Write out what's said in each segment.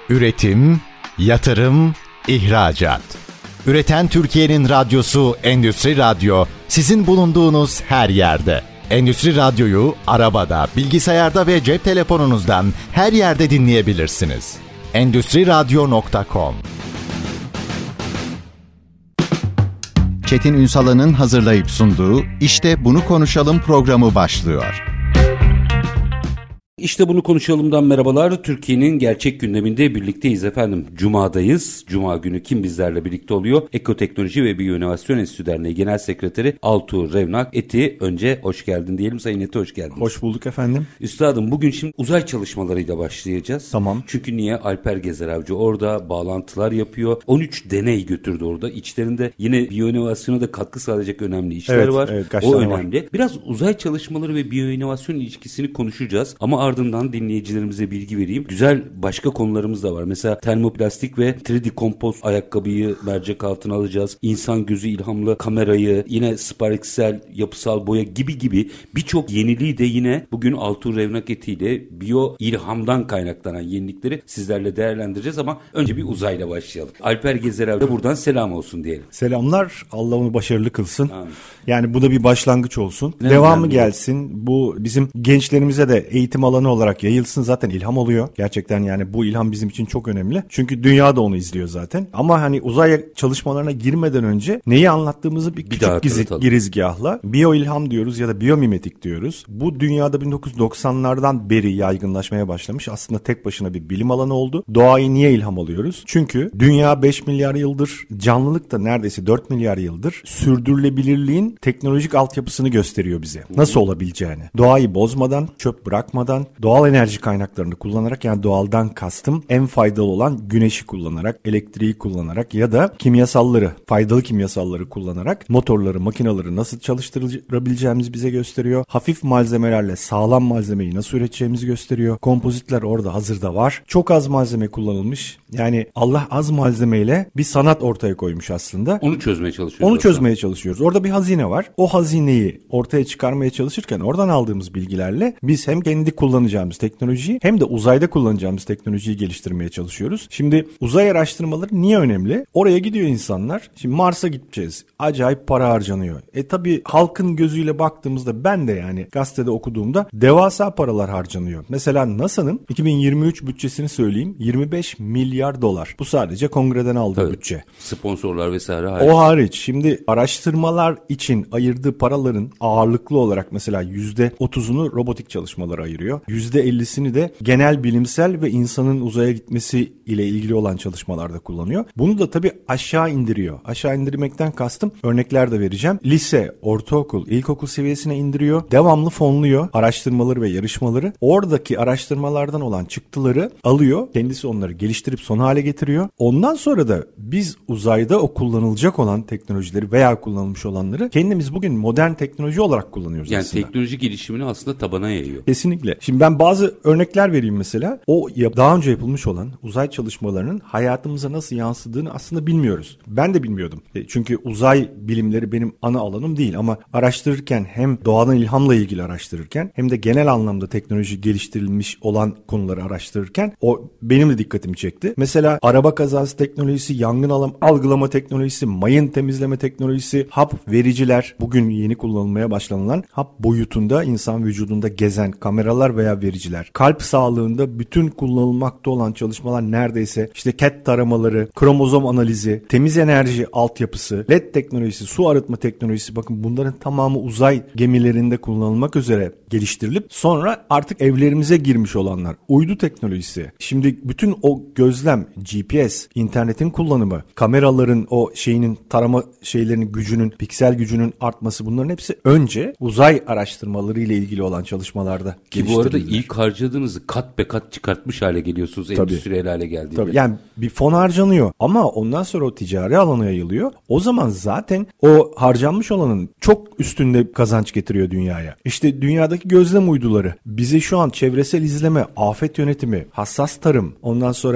Üretim, yatırım, ihracat. Üreten Türkiye'nin radyosu Endüstri Radyo, sizin bulunduğunuz her yerde. Endüstri Radyo'yu arabada, bilgisayarda ve cep telefonunuzdan her yerde dinleyebilirsiniz. Endüstriradyo.com. Çetin Ünsal'ın hazırlayıp sunduğu İşte Bunu Konuşalım programı başlıyor. İşte bunu konuşalımdan merhabalar. Türkiye'nin gerçek gündeminde birlikteyiz efendim. Cuma'dayız. Cuma günü kim bizlerle birlikte oluyor? Ekoteknoloji ve Biyoinovasyon Enstitüsü Derneği Genel Sekreteri Altuğ Revnak. Eti, önce hoş geldin diyelim. Sayın Eti, hoş geldiniz. Hoş bulduk efendim. Üstadım, bugün şimdi uzay çalışmalarıyla başlayacağız. Tamam. Çünkü niye? Alper Gezer Avcı orada bağlantılar yapıyor. 13 deney götürdü orada. İçlerinde yine biyoinovasyona da katkı sağlayacak önemli işler var. Evet, o önemli. Var. Biraz uzay çalışmaları ve biyoinovasyon ilişkisini konuşacağız. Ama ardından dinleyicilerimize bilgi vereyim. Güzel başka konularımız da var. Mesela termoplastik ve 3D kompost ayakkabıyı mercek altına alacağız. İnsan gözü ilhamlı kamerayı, yine sparksel yapısal boya gibi birçok yeniliği de yine bugün Altuğ Revnak etiyle biyo ilhamdan kaynaklanan yenilikleri sizlerle değerlendireceğiz ama önce bir uzayla başlayalım. Alper Gezer abi, buradan selam olsun diyelim. Selamlar. Allah onu başarılı kılsın. Amin. Yani bu da bir başlangıç olsun. Devamı gelsin. Bu bizim gençlerimize de eğitim alanı olarak yayılsın. Zaten ilham oluyor. Gerçekten yani bu ilham bizim için çok önemli. Çünkü dünya da onu izliyor zaten. Ama hani uzay çalışmalarına girmeden önce neyi anlattığımızı bir küçük girizgahla biyo ilham diyoruz ya da biyomimetik diyoruz. Bu dünyada 1990'lardan beri yaygınlaşmaya başlamış. Aslında tek başına bir bilim alanı oldu. Doğayı niye ilham alıyoruz? Çünkü dünya 5 milyar yıldır, canlılık da neredeyse 4 milyar yıldır sürdürülebilirliğin teknolojik altyapısını gösteriyor bize. Nasıl olabileceğini. Doğayı bozmadan, çöp bırakmadan, doğal enerji kaynaklarını kullanarak, yani doğaldan kastım en faydalı olan güneşi kullanarak, elektriği kullanarak ya da kimyasalları, faydalı kimyasalları kullanarak motorları, makinaları nasıl çalıştırabileceğimizi bize gösteriyor. Hafif malzemelerle sağlam malzemeyi nasıl üreteceğimizi gösteriyor. Kompozitler orada hazırda var. Çok az malzeme kullanılmış. Yani Allah az malzemeyle bir sanat ortaya koymuş aslında. Onu çözmeye çalışıyoruz. Orada bir hazine var. O hazineyi ortaya çıkarmaya çalışırken oradan aldığımız bilgilerle biz hem kendi kullanacağımız teknolojiyi hem de uzayda kullanacağımız teknolojiyi geliştirmeye çalışıyoruz. Şimdi uzay araştırmaları niye önemli? Oraya gidiyor insanlar. Şimdi Mars'a gideceğiz. Acayip para harcanıyor. Tabii halkın gözüyle baktığımızda, ben de yani gazetede okuduğumda devasa paralar harcanıyor. Mesela NASA'nın 2023 bütçesini söyleyeyim. 25 milyar dolar. Bu sadece kongreden aldığı bütçe. Sponsorlar vesaire hariç. O hariç. Şimdi araştırmalar için ayırdığı paraların ağırlıklı olarak mesela %30'unu robotik çalışmalara ayırıyor. %50'sini de genel bilimsel ve insanın uzaya gitmesi ile ilgili olan çalışmalarda kullanıyor. Bunu da tabii aşağı indiriyor. Aşağı indirmekten kastım, örnekler de vereceğim. Lise, ortaokul, ilkokul seviyesine indiriyor. Devamlı fonluyor araştırmaları ve yarışmaları. Oradaki araştırmalardan olan çıktıları alıyor. Kendisi onları geliştirip son hale getiriyor. Ondan sonra da biz uzayda o kullanılacak olan teknolojileri veya kullanılmış olanları kendimiz bugün modern teknoloji olarak kullanıyoruz yani aslında. Yani teknoloji gelişimini aslında tabana yayıyor. Kesinlikle. Şimdi ben bazı örnekler vereyim mesela. O daha önce yapılmış olan uzay çalışmalarının hayatımıza nasıl yansıdığını aslında bilmiyoruz. Ben de bilmiyordum. Çünkü uzay bilimleri benim ana alanım değil ama araştırırken, hem doğadan ilhamla ilgili araştırırken hem de genel anlamda teknoloji geliştirilmiş olan konuları araştırırken o benim de dikkatimi çekti. Mesela araba kazası teknolojisi, yangın algılama teknolojisi, mayın temizleme teknolojisi, hap vericiler, bugün yeni kullanılmaya başlanılan hap boyutunda insan vücudunda gezen kameralar veya vericiler. Kalp sağlığında bütün kullanılmakta olan çalışmalar neredeyse işte CAT taramaları, kromozom analizi, temiz enerji altyapısı, LED teknolojisi, su arıtma teknolojisi, bakın bunların tamamı uzay gemilerinde kullanılmak üzere geliştirilip sonra artık evlerimize girmiş olanlar. Uydu teknolojisi. Şimdi bütün o gözlem, GPS, internetin kullanımı, kameraların o tarama şeylerinin gücünün, piksel gücünün artması, bunların hepsi önce uzay araştırmaları ile ilgili olan çalışmalarda ki bu arada ilk harcadığınızı kat be kat çıkartmış hale geliyorsunuz. Endüstriyel hale geldiğinde. Tabii. Yani bir fon harcanıyor ama ondan sonra o ticari alana yayılıyor. O zaman zaten o harcanmış olanın çok üstünde kazanç getiriyor dünyaya. İşte dünyadaki gözlem uyduları bize şu an çevresel izleme, afet yönetimi, hassas tarım, ondan sonra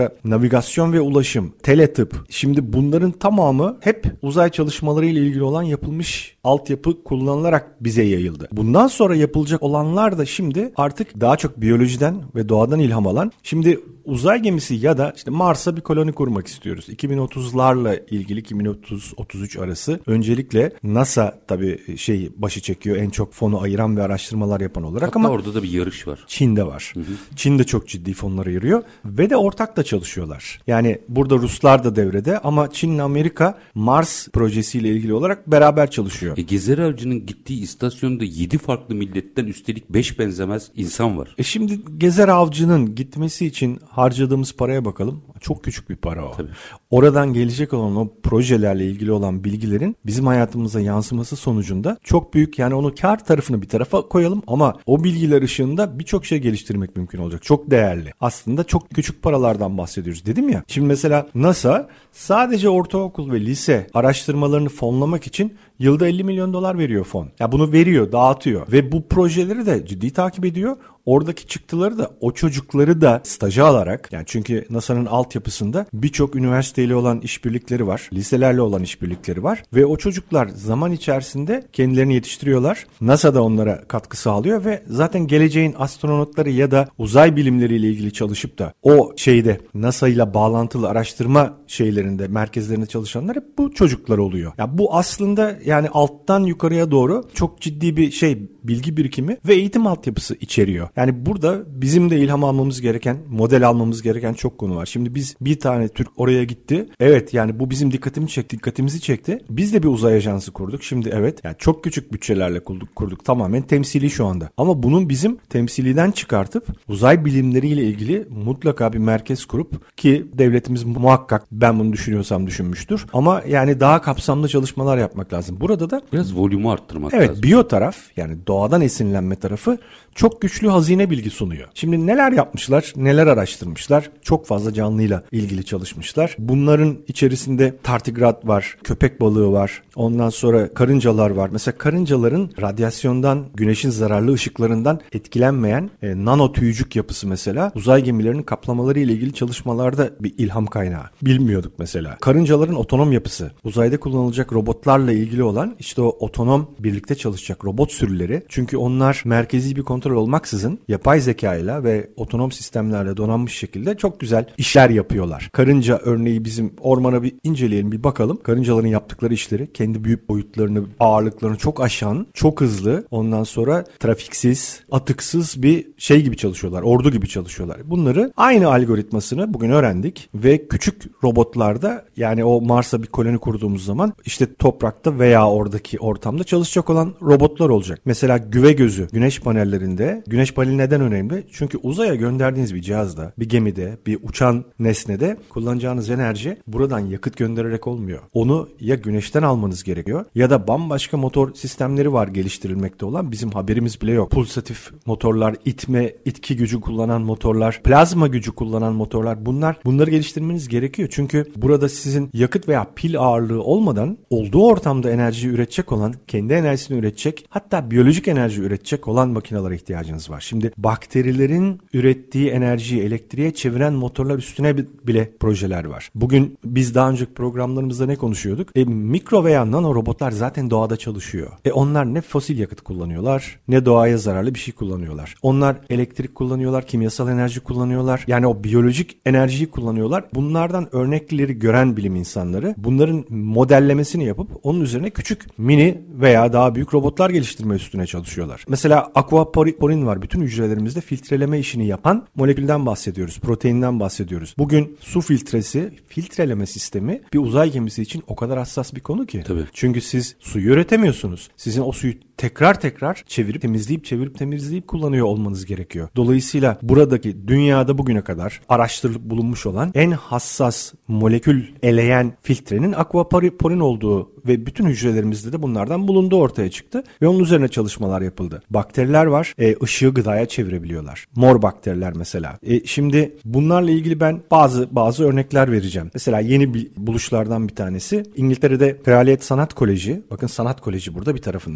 navigasyon ve ulaşım, teletıp. Şimdi bunların tamamı hep uzay çalışmaları ile ilgili olan yapılmış altyapı kullanılarak bize yayıldı. Bundan sonra yapılacak olanlar da şimdi artık daha çok biyolojiden ve doğadan ilham alan. Şimdi uzay gemisi ya da işte Mars'a bir koloni kurmak istiyoruz. 2030'larla ilgili 2030-33 arası öncelikle NASA tabii başı çekiyor, en çok fonu ayıran ve araştırmalar yapan olarak. Hatta ama orada da bir yarış var. Çin'de var. Hı hı. Çin de çok ciddi fonlar ayırıyor ve de ortak da çalışıyorlar. Yani burada Ruslar da devrede ama Çin'le Amerika Mars projesiyle ilgili olarak beraber çalışıyor. Gezer Avcı'nın gittiği istasyonda 7 farklı milletten üstelik 5 benzemez insan var. Şimdi Gezer Avcı'nın gitmesi için harcadığımız paraya bakalım. Çok küçük bir para o. Tabii. Oradan gelecek olan o projelerle ilgili olan bilgilerin bizim hayatımıza yansıması sonucunda çok büyük, yani onu kar tarafını bir tarafa koyalım ama o bilgiler ışığında birçok şey geliştirmek mümkün olacak. Çok değerli. Aslında çok küçük paralardan bahsediyoruz dedim ya. Şimdi mesela NASA sadece ortaokul ve lise araştırmalarını fonlamak için yılda $50 milyon veriyor fon. Ya bunu veriyor, dağıtıyor ve bu projeleri de ciddi takip ediyor. Oradaki çıktıları da o çocukları da staja alarak, yani çünkü NASA'nın altyapısında birçok üniversiteyle olan işbirlikleri var. Liselerle olan işbirlikleri var ve o çocuklar zaman içerisinde kendilerini yetiştiriyorlar. NASA da onlara katkı sağlıyor ve zaten geleceğin astronotları ya da uzay bilimleriyle ilgili çalışıp da o NASA ile bağlantılı araştırma şeylerinde, merkezlerinde çalışanlar hep bu çocuklar oluyor. Ya bu aslında yani alttan yukarıya doğru çok ciddi bir bilgi birikimi ve eğitim altyapısı içeriyor. Yani burada bizim de ilham almamız gereken, model almamız gereken çok konu var. Şimdi biz bir tane Türk oraya gitti. Evet, yani bu bizim dikkatimizi çekti. Biz de bir uzay ajansı kurduk. Şimdi evet, yani çok küçük bütçelerle kurduk. Tamamen temsili şu anda. Ama bunun bizim temsiliden çıkartıp uzay bilimleriyle ilgili mutlaka bir merkez kurup, ki devletimiz muhakkak, ben bunu düşünüyorsam düşünmüştür. Ama yani daha kapsamlı çalışmalar yapmak lazım. Burada da biraz volümü arttırmak lazım. Evet, biyo taraf, yani doğadan esinlenme tarafı çok güçlü hazine bilgi sunuyor. Şimdi neler yapmışlar, neler araştırmışlar? Çok fazla canlıyla ilgili çalışmışlar. Bunların içerisinde tardigrat var, köpek balığı var, ondan sonra karıncalar var. Mesela karıncaların radyasyondan, güneşin zararlı ışıklarından etkilenmeyen nano tüycük yapısı mesela uzay gemilerinin kaplamaları ile ilgili çalışmalarda bir ilham kaynağı. Bilmiyorduk mesela. Karıncaların otonom yapısı, uzayda kullanılacak robotlarla ilgili olan işte o otonom birlikte çalışacak robot sürüleri. Çünkü onlar merkezi bir kontrol olmaksızın yapay zekayla ve otonom sistemlerle donanmış şekilde çok güzel işler yapıyorlar. Karınca örneği, bizim ormana bir inceleyelim, bir bakalım. Karıncaların yaptıkları işleri, kendi büyük boyutlarını, ağırlıklarını çok aşan, çok hızlı, ondan sonra trafiksiz, atıksız bir gibi çalışıyorlar. Ordu gibi çalışıyorlar. Bunları aynı algoritmasını bugün öğrendik ve küçük robotlarda, yani o Mars'a bir koloni kurduğumuz zaman işte toprakta veya oradaki ortamda çalışacak olan robotlar olacak. Mesela güve gözü, güneş panellerinde. Güneş paneli neden önemli? Çünkü uzaya gönderdiğiniz bir cihazda, bir gemide, bir uçan nesnede kullanacağınız enerji buradan yakıt göndererek olmuyor. Onu ya güneşten almanız gerekiyor ya da bambaşka motor sistemleri var geliştirilmekte olan. Bizim haberimiz bile yok. Pulsatif motorlar, itki gücü kullanan motorlar, plazma gücü kullanan motorlar, bunları geliştirmeniz gerekiyor. Çünkü burada sizin yakıt veya pil ağırlığı olmadan olduğu ortamda enerjiyi üretecek olan, kendi enerjisini üretecek, hatta biyolojik enerji üretecek olan makinelere ihtiyacınız var. Şimdi bakterilerin ürettiği enerjiyi elektriğe çeviren motorlar üstüne bile projeler var. Bugün biz daha önceki programlarımızda ne konuşuyorduk? Mikro veya nano robotlar zaten doğada çalışıyor. Onlar ne fosil yakıt kullanıyorlar, ne doğaya zararlı bir şey kullanıyorlar. Onlar elektrik kullanıyorlar, kimyasal enerji kullanıyorlar. Yani o biyolojik enerjiyi kullanıyorlar. Bunlardan örnekleri gören bilim insanları bunların modellemesini yapıp onun üzerine küçük, mini veya daha büyük robotlar geliştirme üstüne çalışıyorlar. Mesela aquaporin var. Bütün hücrelerimizde filtreleme işini yapan molekülden bahsediyoruz. Proteinden bahsediyoruz. Bugün su filtreleme sistemi bir uzay gemisi için o kadar hassas bir konu ki. Tabii. Çünkü siz suyu üretemiyorsunuz. Sizin o suyu tekrar çevirip temizleyip kullanıyor olmanız gerekiyor. Dolayısıyla buradaki dünyada bugüne kadar araştırılıp bulunmuş olan en hassas molekül eleyen filtrenin aquaporin olduğu ve bütün hücrelerimizde de bunlardan bulunduğu ortaya çıktı ve onun üzerine çalışmalar yapıldı. Bakteriler var, ışığı gıdaya çevirebiliyorlar. Mor bakteriler mesela. Şimdi bunlarla ilgili ben bazı örnekler vereceğim. Mesela yeni buluşlardan bir tanesi, İngiltere'de Kraliyet Sanat Koleji, bakın Sanat Koleji burada bir tarafında, yine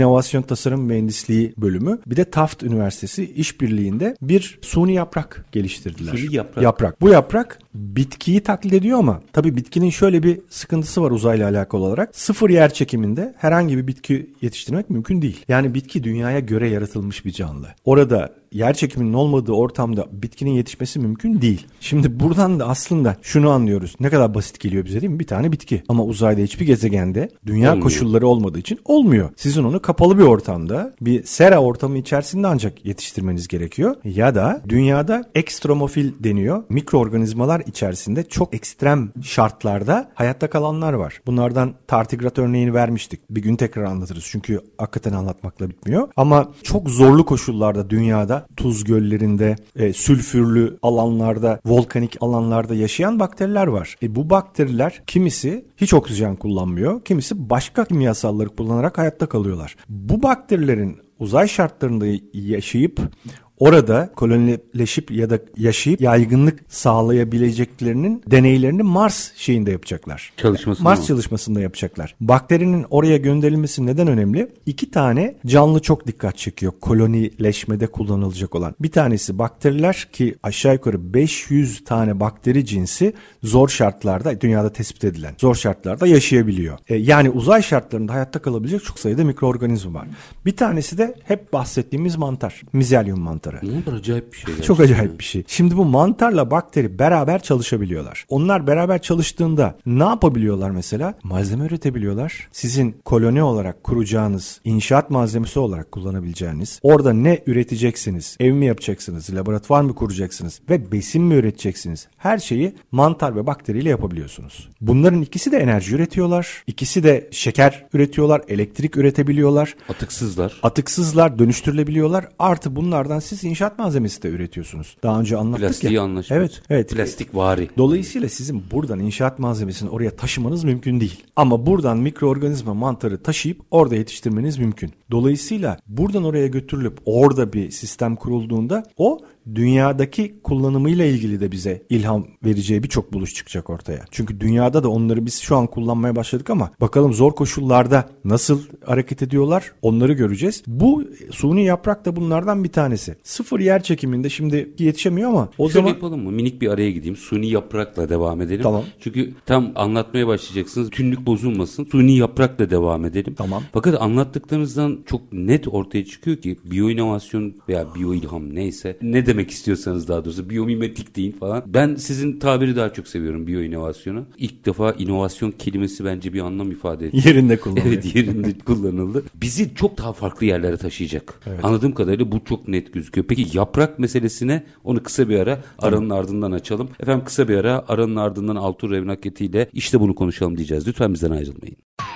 İnovasyon Tasarım Mühendisliği bölümü, bir de Taft Üniversitesi işbirliğinde bir suni yaprak geliştirdiler. Suni yaprak. Bu yaprak bitkiyi taklit ediyor ama tabii bitkinin şöyle bir sıkıntısı var uzayla alakalı olarak. Sıfır yer çekiminde herhangi bir bitki yetiştirmek mümkün değil. Yani bitki dünyaya göre yaratılmış bir canlı. Orada yer çekiminin olmadığı ortamda bitkinin yetişmesi mümkün değil. Şimdi buradan da aslında şunu anlıyoruz. Ne kadar basit geliyor bize değil mi? Bir tane bitki. Ama uzayda hiçbir gezegende dünya olmuyor. Koşulları olmadığı için olmuyor. Sizin onu kapalı bir ortamda, bir sera ortamı içerisinde ancak yetiştirmeniz gerekiyor. Ya da dünyada ekstremofil deniyor. Mikroorganizmalar içerisinde çok ekstrem şartlarda hayatta kalanlar var. Bunlardan tardigrat örneğini vermiştik. Bir gün tekrar anlatırız. Çünkü hakikaten anlatmakla bitmiyor. Ama çok zorlu koşullarda dünyada, tuz göllerinde, sülfürlü alanlarda, volkanik alanlarda yaşayan bakteriler var. Bu bakteriler kimisi hiç oksijen kullanmıyor, kimisi başka kimyasalları kullanarak hayatta kalıyorlar. Bu bakterilerin uzay şartlarında yaşayıp orada kolonileşip ya da yaşayıp yaygınlık sağlayabileceklerinin deneylerini Mars şeyinde yapacaklar. Mars çalışmasında yapacaklar. Bakterinin oraya gönderilmesi neden önemli? 2 tane canlı çok dikkat çekiyor kolonileşmede kullanılacak olan. Bir tanesi bakteriler ki aşağı yukarı 500 tane bakteri cinsi zor şartlarda, dünyada tespit edilen zor şartlarda yaşayabiliyor. Yani uzay şartlarında hayatta kalabilecek çok sayıda mikroorganizma var. Bir tanesi de hep bahsettiğimiz mantar. Mizelyum mantarı. Ne acayip bir şey. Çok acayip bir şey. Şimdi bu mantarla bakteri beraber çalışabiliyorlar. Onlar beraber çalıştığında ne yapabiliyorlar mesela? Malzeme üretebiliyorlar. Sizin koloni olarak kuracağınız, inşaat malzemesi olarak kullanabileceğiniz, orada ne üreteceksiniz? Ev mi yapacaksınız? Laboratuvar mı kuracaksınız? Ve besin mi üreteceksiniz? Her şeyi mantar ve bakteriyle yapabiliyorsunuz. Bunların ikisi de enerji üretiyorlar. İkisi de şeker üretiyorlar. Elektrik üretebiliyorlar. Atıksızlar, dönüştürülebiliyorlar. Artı bunlardan siz inşaat malzemesi de üretiyorsunuz. Daha önce anlattık Plastiği ya. anlaştık. Evet. Plastik vari. Dolayısıyla sizin buradan inşaat malzemesini oraya taşımanız mümkün değil. Ama buradan mikroorganizma mantarı taşıyıp orada yetiştirmeniz mümkün. Dolayısıyla buradan oraya götürülüp orada bir sistem kurulduğunda o dünyadaki kullanımıyla ilgili de bize ilham vereceği birçok buluş çıkacak ortaya. Çünkü dünyada da onları biz şu an kullanmaya başladık ama bakalım zor koşullarda nasıl hareket ediyorlar onları göreceğiz. Bu suni yaprak da bunlardan bir tanesi. Sıfır yer çekiminde şimdi yetişemiyor ama o zaman yapalım mı? Minik bir araya gideyim. Suni yaprakla devam edelim. Tamam. Çünkü tam anlatmaya başlayacaksınız. Tünlük bozulmasın. Suni yaprakla devam edelim. Tamam. Fakat anlattıklarınızdan çok net ortaya çıkıyor ki biyoinovasyon veya biyoilham neyse ne demek istiyorsanız daha doğrusu biyomimetik deyin falan. Ben sizin tabiri daha çok seviyorum biyoinovasyonu. İlk defa inovasyon kelimesi bence bir anlam ifade ediyor. Yerinde kullanılıyor. Evet yerinde kullanıldı. Bizi çok daha farklı yerlere taşıyacak. Evet. Anladığım kadarıyla bu çok net gözüküyor. Peki yaprak meselesine onu kısa bir ara aranın ardından açalım. Efendim kısa bir ara aranın ardından Altuğ Revnaketi ile işte bunu konuşalım diyeceğiz. Lütfen bizden ayrılmayın.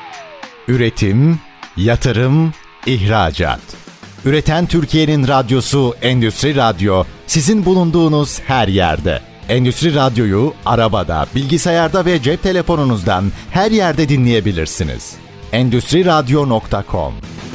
Üretim, yatırım, ihracat. Üreten Türkiye'nin radyosu Endüstri Radyo sizin bulunduğunuz her yerde. Endüstri Radyo'yu arabada, bilgisayarda ve cep telefonunuzdan her yerde dinleyebilirsiniz. Endüstriradyo.com.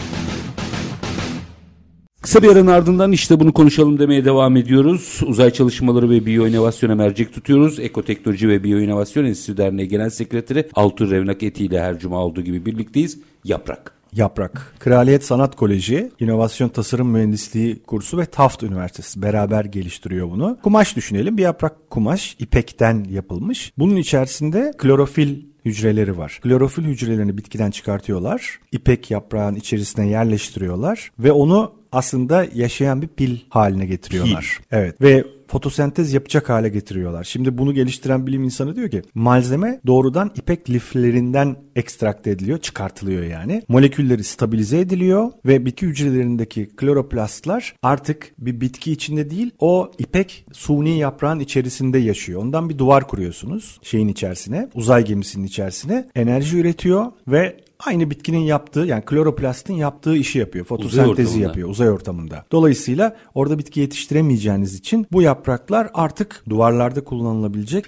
Kısa bir aranın ardından işte bunu konuşalım demeye devam ediyoruz. Uzay çalışmaları ve biyoinovasyona mercek tutuyoruz. Ekoteknoloji ve Biyoinovasyon Enstitüsü Derneği Genel Sekreteri Altuğ Revnaketi ile her cuma olduğu gibi birlikteyiz. Yaprak. Kraliyet Sanat Koleji, İnovasyon Tasarım Mühendisliği kursu ve Taft Üniversitesi beraber geliştiriyor bunu. Kumaş düşünelim. Bir yaprak kumaş ipekten yapılmış. Bunun içerisinde klorofil hücreleri var. Klorofil hücrelerini bitkiden çıkartıyorlar. İpek yaprağın içerisine yerleştiriyorlar ve onu aslında yaşayan bir pil haline getiriyorlar. Evet ve fotosentez yapacak hale getiriyorlar. Şimdi bunu geliştiren bilim insanı diyor ki malzeme doğrudan ipek liflerinden ekstrakte ediliyor, çıkartılıyor yani. Molekülleri stabilize ediliyor ve bitki hücrelerindeki kloroplastlar artık bir bitki içinde değil, o ipek suni yaprağın içerisinde yaşıyor. Ondan bir duvar kuruyorsunuz şeyin içerisine, uzay gemisinin içerisine. Enerji üretiyor ve aynı bitkinin yaptığı yani kloroplastin yaptığı işi yapıyor. Fotosentezi yapıyor uzay ortamında. Dolayısıyla orada bitki yetiştiremeyeceğiniz için bu yapraklar artık duvarlarda kullanılabilecek film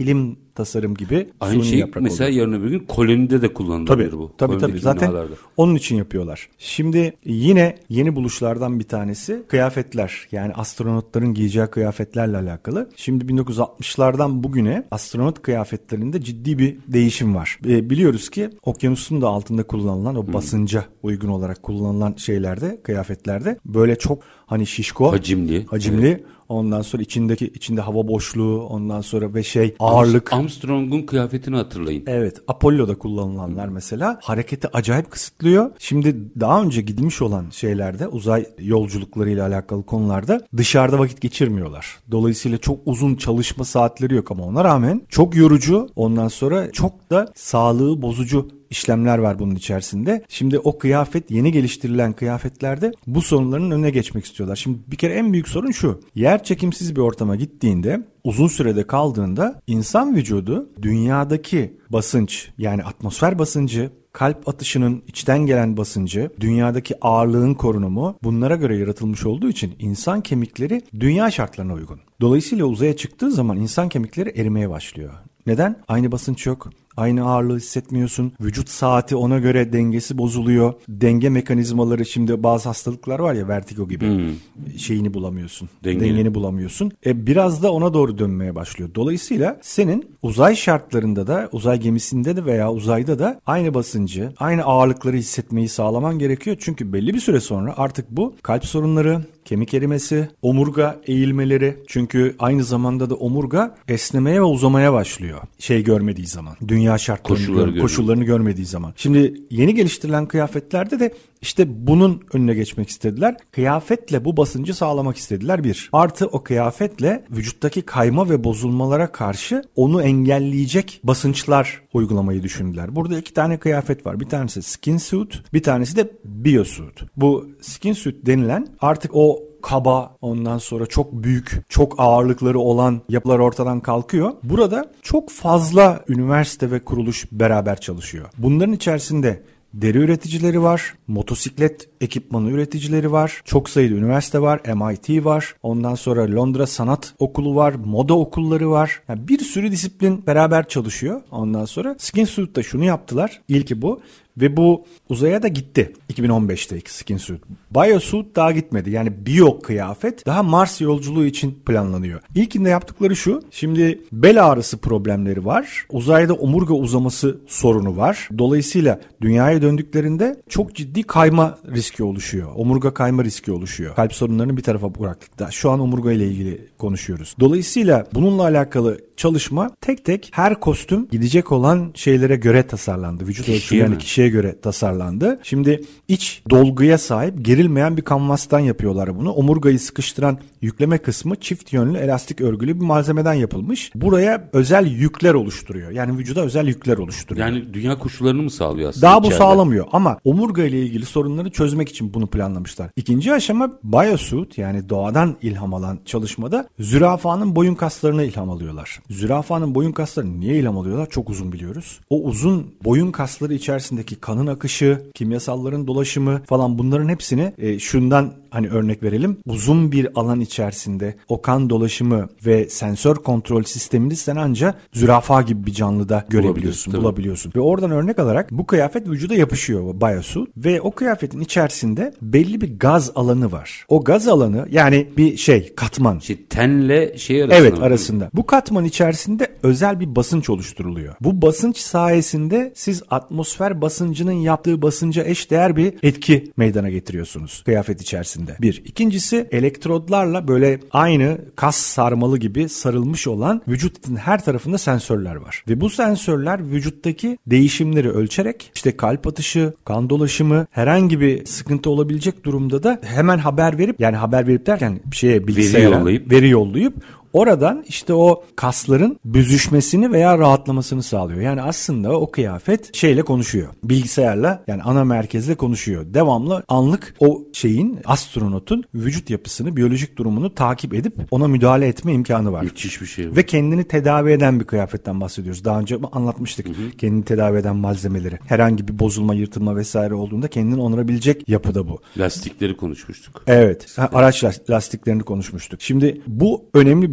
tasarım gibi aynı şey mesela oluyor. Yarın öbür gün kolonide de kullanılabilir bu. Tabii. Zaten binalarda. Onun için yapıyorlar. Şimdi yine yeni buluşlardan bir tanesi kıyafetler. Yani astronotların giyeceği kıyafetlerle alakalı. Şimdi 1960'lardan bugüne astronot kıyafetlerinde ciddi bir değişim var. Biliyoruz ki okyanusun da altında kullanılan o basınca uygun olarak kullanılan şeylerde, kıyafetlerde böyle çok hani şişko, hacimli. Evet. Ondan sonra içinde hava boşluğu, ondan sonra ve ağırlık. Armstrong'un kıyafetini hatırlayın. Evet, Apollo'da kullanılanlar mesela hareketi acayip kısıtlıyor. Şimdi daha önce gidilmiş olan şeylerde, uzay yolculuklarıyla alakalı konularda dışarıda vakit geçirmiyorlar. Dolayısıyla çok uzun çalışma saatleri yok ama ona rağmen çok yorucu, ondan sonra çok da sağlığı bozucu işlemler var bunun içerisinde. Şimdi o kıyafet, yeni geliştirilen kıyafetlerde bu sorunların önüne geçmek istiyorlar. Şimdi bir kere en büyük sorun şu. Yer çekimsiz bir ortama gittiğinde, uzun sürede kaldığında insan vücudu dünyadaki basınç, yani atmosfer basıncı, kalp atışının içten gelen basıncı, dünyadaki ağırlığın korunumu bunlara göre yaratılmış olduğu için insan kemikleri dünya şartlarına uygun. Dolayısıyla uzaya çıktığı zaman insan kemikleri erimeye başlıyor. Neden? Aynı basınç yok. Aynı ağırlığı hissetmiyorsun. Vücut saati ona göre dengesi bozuluyor. Denge mekanizmaları, şimdi bazı hastalıklar var ya, vertigo gibi. Şeyini bulamıyorsun. Dengeni bulamıyorsun. Biraz da ona doğru dönmeye başlıyor. Dolayısıyla senin uzay şartlarında da, uzay gemisinde de veya uzayda da aynı basıncı, aynı ağırlıkları hissetmeyi sağlaman gerekiyor. Çünkü belli bir süre sonra artık bu kalp sorunları, kemik erimesi, omurga eğilmeleri, çünkü aynı zamanda da omurga esnemeye ve uzamaya başlıyor. Görmediği zaman. Dünya şartlarını, koşullarını görmediği zaman. Şimdi yeni geliştirilen kıyafetlerde de işte bunun önüne geçmek istediler. Kıyafetle bu basıncı sağlamak istediler bir. Artı o kıyafetle vücuttaki kayma ve bozulmalara karşı onu engelleyecek basınçlar uygulamayı düşündüler. Burada 2 tane kıyafet var. Bir tanesi skin suit, bir tanesi de biosuit. Bu skin suit denilen artık o kaba, ondan sonra çok büyük, çok ağırlıkları olan yapılar ortadan kalkıyor. Burada çok fazla üniversite ve kuruluş beraber çalışıyor. Bunların içerisinde deri üreticileri var, motosiklet ekipmanı üreticileri var, çok sayıda üniversite var, MIT var, ondan sonra Londra Sanat Okulu var, moda okulları var. Yani bir sürü disiplin beraber çalışıyor. Ondan sonra Skin Suit'ta şunu yaptılar. İlki bu. Ve bu uzaya da gitti 2015'te Skin Suit. Biosuit daha gitmedi. Yani biyo kıyafet daha Mars yolculuğu için planlanıyor. İlkinde yaptıkları şu. Şimdi bel ağrısı problemleri var. Uzayda omurga uzaması sorunu var. Dolayısıyla dünyaya döndüklerinde çok ciddi kayma riski oluşuyor. Omurga kayma riski oluşuyor. Kalp sorunlarını bir tarafa bıraktık da. Şu an omurga ile ilgili konuşuyoruz. Dolayısıyla bununla alakalı çalışma tek tek her kostüm gidecek olan şeylere göre tasarlandı. Vücut ölçülerine, kişiye göre tasarlandı. Şimdi iç dolguya sahip gerilmeyen bir kanvastan yapıyorlar bunu. Omurgayı sıkıştıran yükleme kısmı çift yönlü elastik örgülü bir malzemeden yapılmış. Buraya özel yükler oluşturuyor. Yani vücuda özel yükler oluşturuyor. Yani dünya koşullarını mı sağlıyor aslında? Daha bu sağlamıyor ama omurga ile ilgili sorunları çözmek için bunu planlamışlar. İkinci aşama biosuit, yani doğadan ilham alan çalışmada zürafanın boyun kaslarına ilham alıyorlar. Zürafanın boyun kaslarını niye ilham alıyorlar? Çok uzun biliyoruz. O uzun boyun kasları içerisindeki kanın akışı, kimyasalların dolaşımı falan, bunların hepsini şundan hani örnek verelim. Uzun bir alan içerisinde o kan dolaşımı ve sensör kontrol sistemini sen anca zürafa gibi bir canlıda görebiliyorsun, bulabiliyorsun. Ve oradan örnek alarak bu kıyafet vücuda yapışıyor, biosuit, ve o kıyafetin içerisinde belli bir gaz alanı var. O gaz alanı, yani bir katman. Tenle arasında. Evet, arasında. Bu katman içerisinde özel bir basınç oluşturuluyor. Bu basınç sayesinde siz atmosfer basıncının yaptığı basınca eşdeğer bir etki meydana getiriyorsunuz kıyafet içerisinde. Bir. İkincisi, elektrodlarla böyle aynı kas sarmalı gibi sarılmış olan vücutun her tarafında sensörler var. Ve bu sensörler vücuttaki değişimleri ölçerek işte kalp atışı, kan dolaşımı, herhangi bir sıkıntı olabilecek durumda da hemen haber verip, yani haber verip derken bilgisayara veri yollayıp oradan işte o kasların büzüşmesini veya rahatlamasını sağlıyor. Yani aslında o kıyafet şeyle konuşuyor. Bilgisayarla, yani ana merkezle konuşuyor. Devamlı anlık o astronotun vücut yapısını, biyolojik durumunu takip edip ona müdahale etme imkanı var. Müthiş bir şey. Ve kendini tedavi eden bir kıyafetten bahsediyoruz. Daha önce anlatmıştık. Kendini tedavi eden malzemeleri. Herhangi bir bozulma, yırtılma vesaire olduğunda kendini onarabilecek yapıda bu. Lastikleri konuşmuştuk. Evet. Araç lastiklerini konuşmuştuk. Şimdi bu önemli bir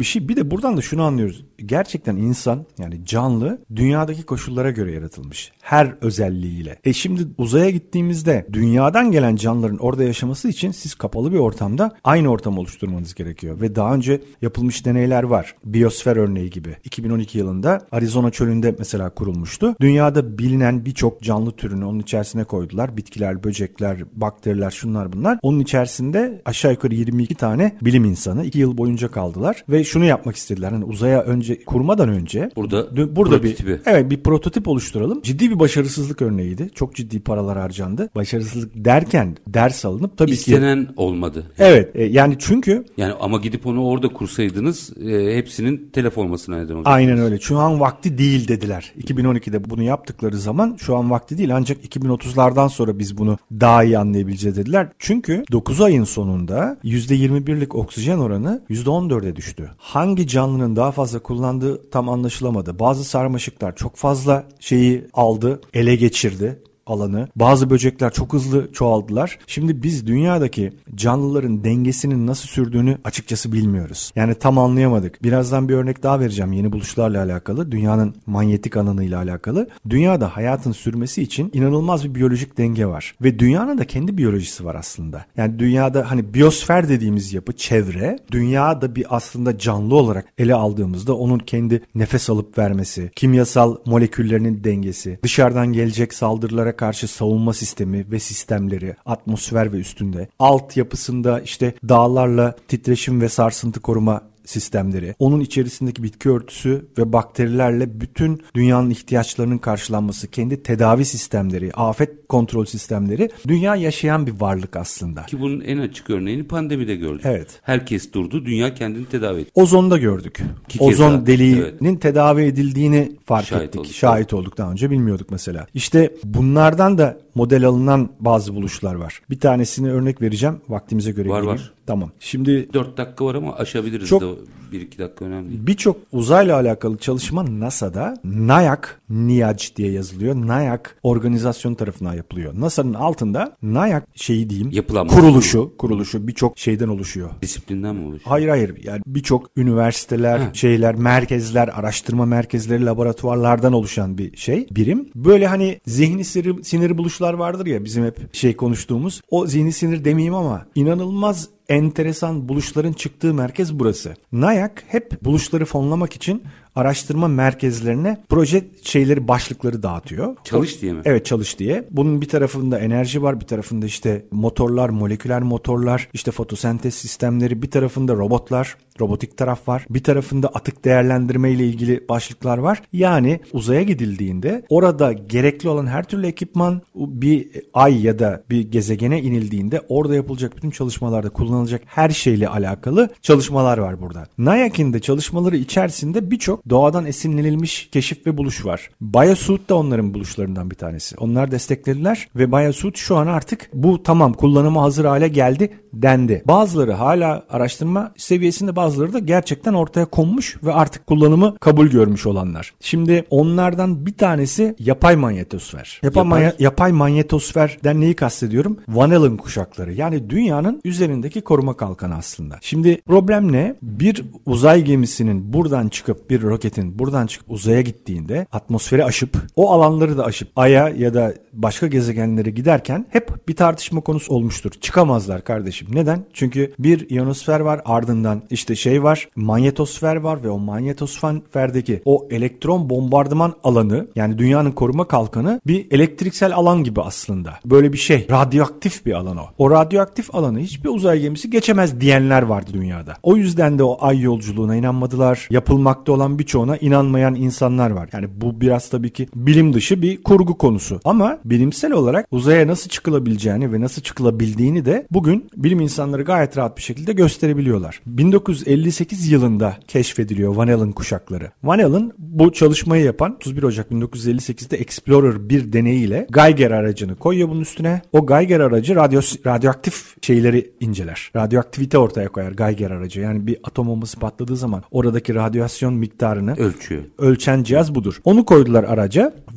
şey. Bir de buradan da şunu anlıyoruz. Gerçekten insan, yani canlı, dünyadaki koşullara göre yaratılmış. Her özelliğiyle. Şimdi uzaya gittiğimizde dünyadan gelen canlıların orada yaşaması için siz kapalı bir ortamda aynı ortamı oluşturmanız gerekiyor. Ve daha önce yapılmış deneyler var. Biyosfer örneği gibi. 2012 yılında Arizona çölünde mesela kurulmuştu. Dünyada bilinen birçok canlı türünü onun içerisine koydular. Bitkiler, böcekler, bakteriler, şunlar bunlar. Onun içerisinde aşağı yukarı 22 tane bilim insanı 2 yıl boyunca kaldılar. Ve şunu yapmak istediler. Hani uzaya kurmadan önce burada bir prototip oluşturalım. Ciddi bir başarısızlık örneğiydi. Çok ciddi paralar harcandı. Başarısızlık derken ders alınıp tabii İstenen olmadı. Evet. Yani çünkü ama gidip onu orada kursaydınız hepsinin telef olmasına neden olacak. Aynen öyle. Şu an vakti değil dediler. 2012'de bunu yaptıkları zaman şu an vakti değil, ancak 2030'lardan sonra biz bunu daha iyi anlayabileceğiz dediler. Çünkü 9 ayın sonunda %21'lik oksijen oranı %14'e düştü. Hangi canlının daha fazla kullandığı tam anlaşılamadı. Bazı sarmaşıklar çok fazla şeyi aldı, ele geçirdi alanı. Bazı böcekler çok hızlı çoğaldılar. Şimdi biz dünyadaki canlıların dengesinin nasıl sürdüğünü açıkçası bilmiyoruz. Yani tam anlayamadık. Birazdan bir örnek daha vereceğim yeni buluşlarla alakalı. Dünyanın manyetik alanıyla alakalı. Dünyada hayatın sürmesi için inanılmaz bir biyolojik denge var. Ve dünyanın da kendi biyolojisi var aslında. Yani dünyada hani biyosfer dediğimiz yapı, çevre, dünyada bir aslında canlı olarak ele aldığımızda onun kendi nefes alıp vermesi, kimyasal moleküllerinin dengesi, dışarıdan gelecek saldırılara karşı savunma sistemi ve sistemleri, atmosfer ve üstünde, altyapısında işte dağlarla titreşim ve sarsıntı koruma sistemleri, onun içerisindeki bitki örtüsü ve bakterilerle bütün dünyanın ihtiyaçlarının karşılanması, kendi tedavi sistemleri, afet kontrol sistemleri, dünya yaşayan bir varlık aslında. Ki bunun en açık örneğini pandemide gördük. Evet. Herkes durdu, dünya kendini tedavi etti. Ozonda gördük. Ozon deliğinin tedavi edildiğini fark ettik. Şahit olduk daha önce, bilmiyorduk mesela. İşte bunlardan da model alınan bazı buluşlar var. Bir tanesini örnek vereceğim. Vaktimize göre var. Tamam. Şimdi 4 dakika var ama aşabiliriz çok, de 1-2 dakika önemli değil. Birçok uzayla alakalı çalışma NASA'da NIAC diye yazılıyor. NIAC organizasyon tarafından yapılıyor. NASA'nın altında NIAC kuruluşu birçok şeyden oluşuyor. Disiplinden mi oluşuyor? Hayır. Yani birçok üniversiteler, merkezler, araştırma merkezleri, laboratuvarlardan oluşan bir birim. Böyle hani zihni sinir buluşlar vardır ya bizim hep konuştuğumuz. O zihni sinir demeyeyim ama inanılmaz enteresan buluşların çıktığı merkez burası. NIAC hep buluşları fonlamak için araştırma merkezlerine proje başlıkları dağıtıyor. Çalış diye mi? Evet, çalış diye. Bunun bir tarafında enerji var, bir tarafında işte motorlar, moleküler motorlar, işte fotosentez sistemleri, bir tarafında robotlar, robotik taraf var. Bir tarafında atık değerlendirme ile ilgili başlıklar var. Yani uzaya gidildiğinde orada gerekli olan her türlü ekipman, bir ay ya da bir gezegene inildiğinde orada yapılacak bütün çalışmalarda kullanılacak her şeyle alakalı çalışmalar var burada. NIAC'in de çalışmaları içerisinde birçok doğadan esinlenilmiş keşif ve buluş var. Biosuit de onların buluşlarından bir tanesi. Onlar desteklediler ve Biosuit şu an artık bu tamam kullanıma hazır hale geldi dendi. Bazıları hala araştırma seviyesinde, bazıları da gerçekten ortaya konmuş ve artık kullanımı kabul görmüş olanlar. Şimdi onlardan bir tanesi yapay manyetosfer. Yapay manyetosferden neyi kastediyorum? Van Allen kuşakları. Yani dünyanın üzerindeki koruma kalkanı aslında. Şimdi problem ne? Bir uzay gemisinin buradan çıkıp, bir roketin buradan çıkıp uzaya gittiğinde atmosferi aşıp, o alanları da aşıp Ay'a ya da başka gezegenlere giderken hep bir tartışma konusu olmuştur. Çıkamazlar kardeşim. Neden? Çünkü bir ionosfer var, ardından işte var, manyetosfer var ve o manyetosferdeki o elektron bombardıman alanı, yani dünyanın koruma kalkanı bir elektriksel alan gibi aslında. Böyle bir radyoaktif bir alan o. O radyoaktif alanı hiçbir uzay gemisi geçemez diyenler vardı dünyada. O yüzden de o ay yolculuğuna inanmadılar. Yapılmakta olan birçoğuna inanmayan insanlar var. Yani bu biraz tabii ki bilim dışı bir kurgu konusu. Ama bilimsel olarak uzaya nasıl çıkılabileceğini ve nasıl çıkılabildiğini de bugün bilim insanları gayet rahat bir şekilde gösterebiliyorlar. 1958 yılında keşfediliyor Van Allen kuşakları. Van Allen bu çalışmayı yapan 31 Ocak 1958'de Explorer 1 deneyiyle Geiger aracını koyuyor bunun üstüne. O Geiger aracı radyoaktif şeyleri inceler. Radyoaktivite ortaya koyar Geiger aracı. Yani bir atom bombası patladığı zaman oradaki radyasyon miktarını ölçüyor. Ölçen cihaz budur. Onu koydular araca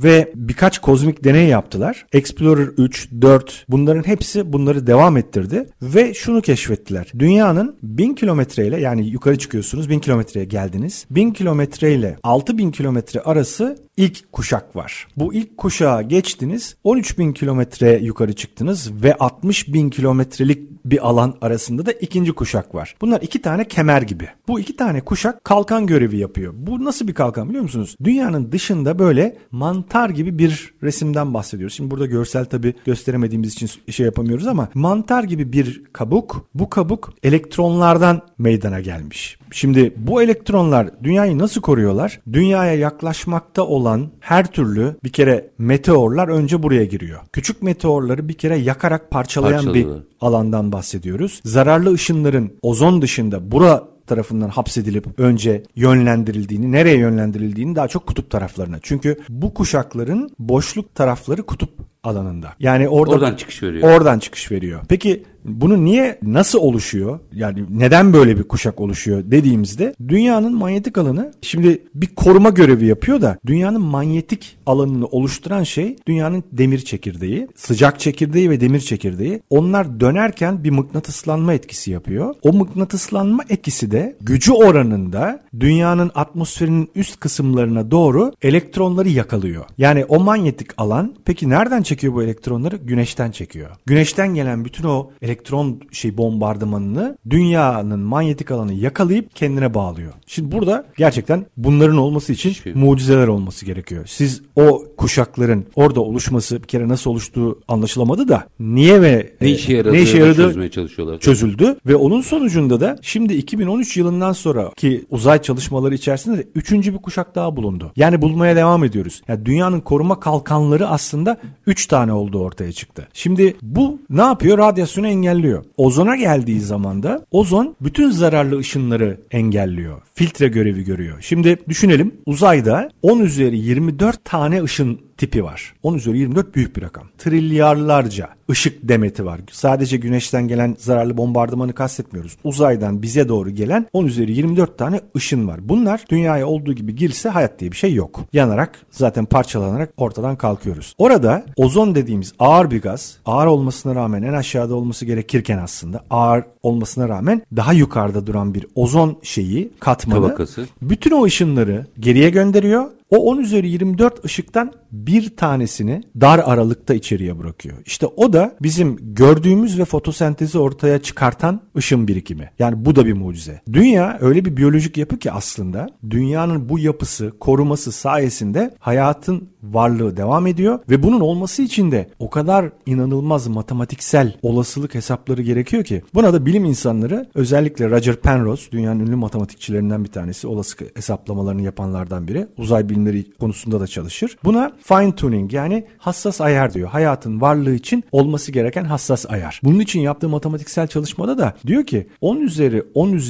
ve birkaç kozmik deney yaptılar. Explorer 3, 4 bunların hepsi bunları devam ettirdi ve şunu keşfettiler. Dünyanın 1000 kilometreyle, yani yukarı çıkıyorsunuz, 1000 kilometreye geldiniz. 1000 kilometreyle 6000 kilometre arası ilk kuşak var. Bu ilk kuşağa geçtiniz, 13.000 kilometre yukarı çıktınız ve 60.000 kilometrelik bir alan arasında da ikinci kuşak var. Bunlar iki tane kemer gibi. Bu iki tane kuşak kalkan görevi yapıyor. Bu nasıl bir kalkan biliyor musunuz? Dünyanın dışında böyle mantar gibi bir resimden bahsediyoruz. Şimdi burada görsel tabii gösteremediğimiz için şey yapamıyoruz ama mantar gibi bir kabuk. Bu kabuk elektronlardan meydana gelmiş. Şimdi bu elektronlar dünyayı nasıl koruyorlar? Dünyaya yaklaşmakta olan her türlü bir kere meteorlar önce buraya giriyor. Küçük meteorları bir kere yakarak parçalayan bir alandan bahsediyoruz. Zararlı ışınların ozon dışında tarafından hapsedilip önce yönlendirildiğini, nereye yönlendirildiğini daha çok kutup taraflarına. Çünkü bu kuşakların boşluk tarafları kutup alanında. Yani oradan çıkış veriyor. Peki bunu nasıl oluşuyor? Yani neden böyle bir kuşak oluşuyor dediğimizde dünyanın manyetik alanı şimdi bir koruma görevi yapıyor da dünyanın manyetik alanını oluşturan şey dünyanın demir çekirdeği, sıcak çekirdeği ve demir çekirdeği. Onlar dönerken bir mıknatıslanma etkisi yapıyor. O mıknatıslanma etkisi de gücü oranında dünyanın atmosferinin üst kısımlarına doğru elektronları yakalıyor. Yani o manyetik alan peki nereden çekiyor bu elektronları? Güneşten çekiyor. Güneşten gelen bütün o elektron bombardımanını dünyanın manyetik alanı yakalayıp kendine bağlıyor. Şimdi burada gerçekten bunların olması için mucizeler olması gerekiyor. Siz o kuşakların orada oluşması bir kere nasıl oluştuğu anlaşılamadı da niye ve ne işe yaradığı çözüldü ve onun sonucunda da şimdi 2013 yılından sonraki uzay çalışmaları içerisinde de 3. bir kuşak daha bulundu. Yani bulmaya devam ediyoruz. Yani dünyanın koruma kalkanları aslında 3 tane olduğu ortaya çıktı. Şimdi bu ne yapıyor? Radyasyonu engelliyor. Ozona geldiği zaman da ozon bütün zararlı ışınları engelliyor. Filtre görevi görüyor. Şimdi düşünelim, uzayda 10 üzeri 24 tane ışın tipi var. 10 üzeri 24 büyük bir rakam. Trilyarlarca ışık demeti var. Sadece güneşten gelen zararlı bombardımanı kastetmiyoruz. Uzaydan bize doğru gelen 10 üzeri 24 tane ışın var. Bunlar dünyaya olduğu gibi girse hayat diye bir şey yok. Yanarak, zaten parçalanarak ortadan kalkıyoruz. Orada ozon dediğimiz ağır bir gaz, ağır olmasına rağmen en aşağıda olması gerekirken aslında ağır olmasına rağmen daha yukarıda duran bir ozon katmanı tabakası bütün o ışınları geriye gönderiyor. O 10 üzeri 24 ışıktan bir tanesini dar aralıkta içeriye bırakıyor. İşte o da bizim gördüğümüz ve fotosentezi ortaya çıkartan ışın birikimi. Yani bu da bir mucize. Dünya öyle bir biyolojik yapı ki aslında dünyanın bu yapısı, koruması sayesinde hayatın varlığı devam ediyor ve bunun olması için de o kadar inanılmaz matematiksel olasılık hesapları gerekiyor ki buna da bilim insanları, özellikle Roger Penrose, dünyanın ünlü matematikçilerinden bir tanesi, olasılık hesaplamalarını yapanlardan biri, uzay bilimleri konusunda da çalışır. Buna fine tuning, yani hassas ayar diyor. Hayatın varlığı için olması gereken hassas ayar. Bunun için yaptığı matematiksel çalışmada da diyor ki 10 üzeri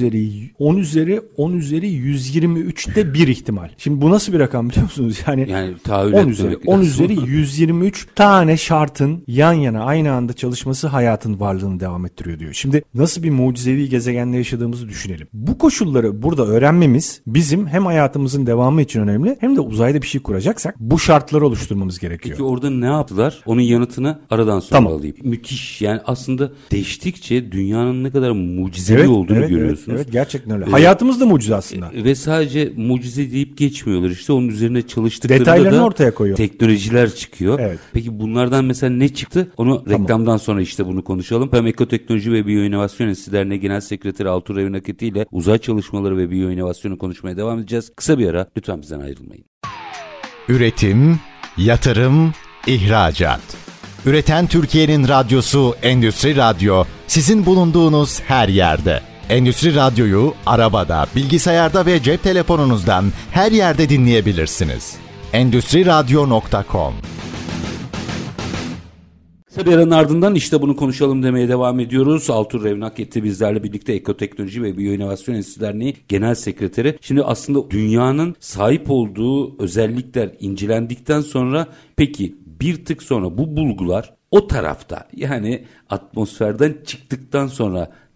123'te bir ihtimal. Şimdi bu nasıl bir rakam biliyor musunuz? Yani 10 üzeri 123 tane şartın yan yana aynı anda çalışması hayatın varlığını devam ettiriyor diyor. Şimdi nasıl bir mucizevi gezegende yaşadığımızı düşünelim. Bu koşulları burada öğrenmemiz bizim hem hayatımızın devamı için önemli hem de uzayda bir şey kuracaksak bu şartları oluşturmamız gerekiyor. Peki orada ne yaptılar? Onun yanıtını aradan sonra alayım. Müthiş. Yani aslında değiştikçe dünyanın ne kadar mucizevi olduğunu görüyorsunuz. Evet, gerçekten öyle. Hayatımız da mucize aslında. Ve sadece mucize deyip geçmiyorlar. İşte onun üzerine çalıştıklarında detaylarını da ortaya koyuyor. Teknolojiler çıkıyor. Evet. Peki bunlardan mesela ne çıktı? Onu reklamdan sonra işte bunu konuşalım. PEM Ekoteknoloji ve Biyoinovasyon Enstitüsü Derneği Genel Sekreteri Altuğ Revinaketi ile uzay çalışmaları ve biyoinovasyonu konuşmaya devam edeceğiz. Kısa bir ara. Lütfen bizden ayrılmayın. Üretim, yatırım, ihracat. Üreten Türkiye'nin radyosu Endüstri Radyo, sizin bulunduğunuz her yerde. Endüstri Radyo'yu arabada, bilgisayarda ve cep telefonunuzdan her yerde dinleyebilirsiniz. Endüstriradyo.com. Kısa bir aranın ardından işte bunu konuşalım demeye devam ediyoruz. Altuğ Revinaketi bizlerle birlikte Ekoteknoloji ve Biyoinovasyon Enstitüsü Derneği Genel Sekreteri. Şimdi aslında dünyanın sahip olduğu özellikler incelendikten sonra peki bir tık sonra bu bulgular o tarafta, yani atmosferden çıktıktan sonra